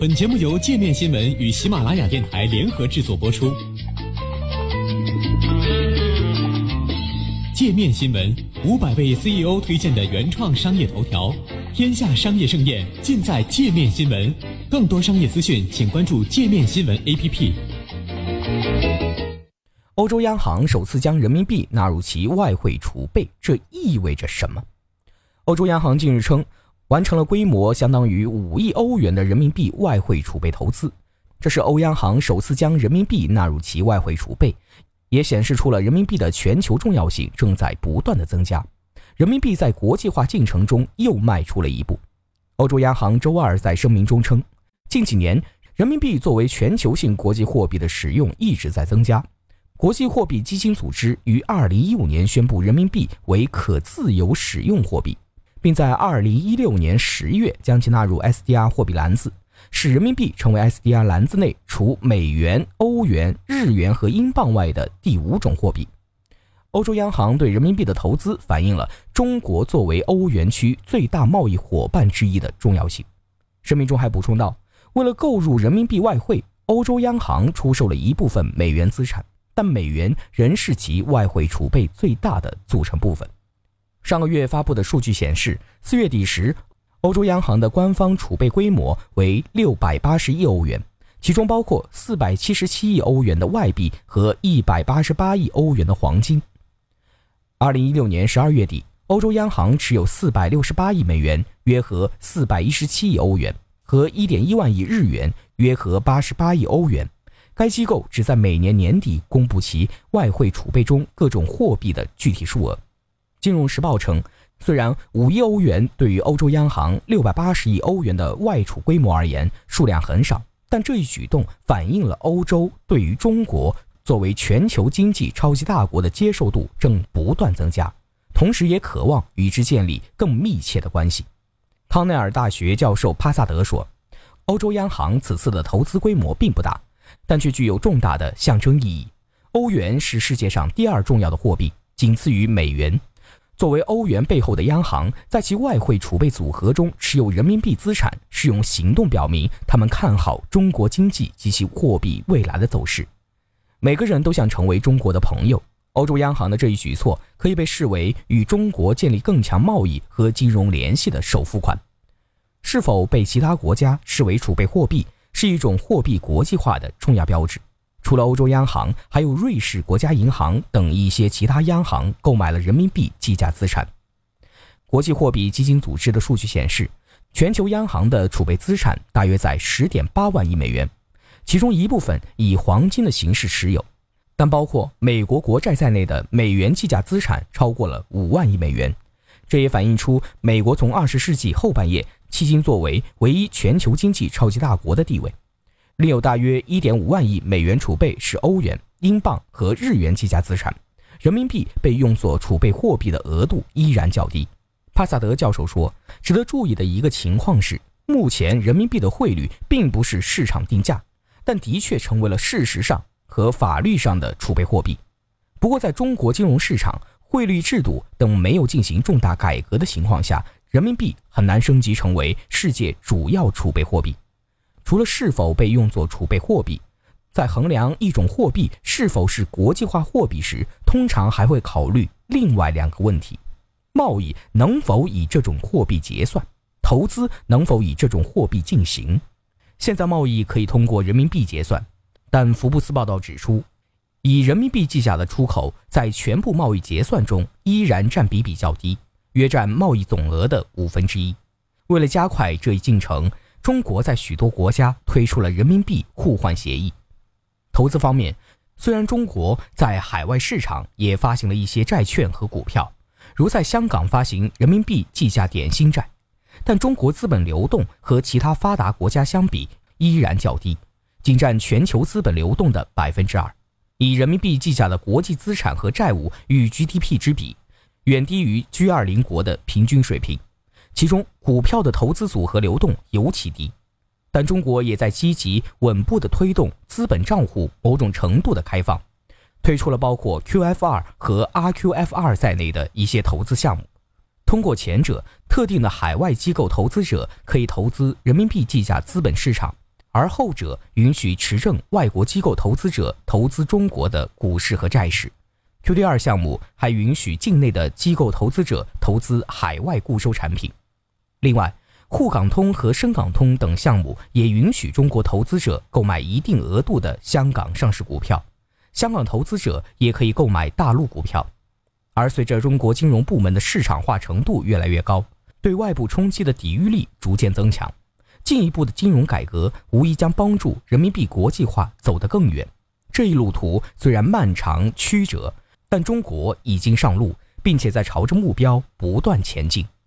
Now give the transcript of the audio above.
本节目由界面新闻与喜马拉雅电台联合制作播出。界面新闻500位 CEO 推荐的原创商业头条，天下商业盛宴尽在界面新闻。更多商业资讯，请关注界面新闻 APP。 欧洲央行首次将人民币纳入其外汇储备，这意味着什么？欧洲央行近日称，完成了规模相当于5亿欧元的人民币外汇储备投资，这是欧央行首次将人民币纳入其外汇储备，也显示出了人民币的全球重要性正在不断的增加，人民币在国际化进程中又迈出了一步。欧洲央行周二在声明中称，近几年人民币作为全球性国际货币的使用一直在增加。国际货币基金组织于2015年宣布人民币为可自由使用货币，并在2016年10月将其纳入 SDR 货币篮子，使人民币成为 SDR 篮子内除美元、欧元、日元和英镑外的第5种货币。欧洲央行对人民币的投资反映了中国作为欧元区最大贸易伙伴之一的重要性。声明中还补充道，为了购入人民币外汇，欧洲央行出售了一部分美元资产，但美元仍是其外汇储备最大的组成部分。上个月发布的数据显示，4月底时，欧洲央行的官方储备规模为680亿欧元，其中包括477亿欧元的外币和188亿欧元的黄金。2016年12月底，欧洲央行持有468亿美元，约合417亿欧元，和 1.1 万亿日元，约合88亿欧元。该机构只在每年年底公布其外汇储备中各种货币的具体数额。金融时报称，虽然5亿欧元对于欧洲央行680亿欧元的外储规模而言数量很少，但这一举动反映了欧洲对于中国作为全球经济超级大国的接受度正不断增加，同时也渴望与之建立更密切的关系。康奈尔大学教授帕萨德说，欧洲央行此次的投资规模并不大，但却具有重大的象征意义。欧元是世界上第2重要的货币，仅次于美元。作为欧元背后的央行，在其外汇储备组合中持有人民币资产，是用行动表明他们看好中国经济及其货币未来的走势。每个人都想成为中国的朋友，欧洲央行的这一举措可以被视为与中国建立更强贸易和金融联系的首付款。是否被其他国家视为储备货币，是一种货币国际化的重要标志。除了欧洲央行，还有瑞士国家银行等一些其他央行购买了人民币计价资产。国际货币基金组织的数据显示，全球央行的储备资产大约在 10.8 万亿美元，其中一部分以黄金的形式持有，但包括美国国债在内的美元计价资产超过了5万亿美元。这也反映出美国从20世纪后半叶迄今作为唯一全球经济超级大国的地位。另有大约 1.5 万亿美元储备是欧元、英镑和日元计价资产，人民币被用作储备货币的额度依然较低。帕萨德教授说，值得注意的一个情况是，目前人民币的汇率并不是市场定价，但的确成为了事实上和法律上的储备货币。不过在中国金融市场、汇率制度等没有进行重大改革的情况下，人民币很难升级成为世界主要储备货币。除了是否被用作储备货币，在衡量一种货币是否是国际化货币时，通常还会考虑另外2个问题：贸易能否以这种货币结算，投资能否以这种货币进行。现在贸易可以通过人民币结算，但福布斯报道指出，以人民币计价的出口在全部贸易结算中依然占比比较低，约占贸易总额的1/5。为了加快这一进程，中国在许多国家推出了人民币互换协议。投资方面，虽然中国在海外市场也发行了一些债券和股票，如在香港发行人民币计价点心债，但中国资本流动和其他发达国家相比依然较低，仅占全球资本流动的 2%。以人民币计价的国际资产和债务与 GDP 之比，远低于 G20 国的平均水平。其中股票的投资组合流动尤其低，但中国也在积极稳步地推动资本账户某种程度的开放，推出了包括 QFR 和 RQFR 在内的一些投资项目。通过前者，特定的海外机构投资者可以投资人民币计价资本市场， 而后者允许持证外国机构投资者投资中国的股市和债市。QD2 项目还允许境内的机构投资者投资海外固收产品。另外，沪港通和深港通等项目也允许中国投资者购买一定额度的香港上市股票，香港投资者也可以购买大陆股票。而随着中国金融部门的市场化程度越来越高，对外部冲击的抵御力逐渐增强，进一步的金融改革无疑将帮助人民币国际化走得更远。这一路途虽然漫长曲折，但中国已经上路，并且在朝着目标不断前进。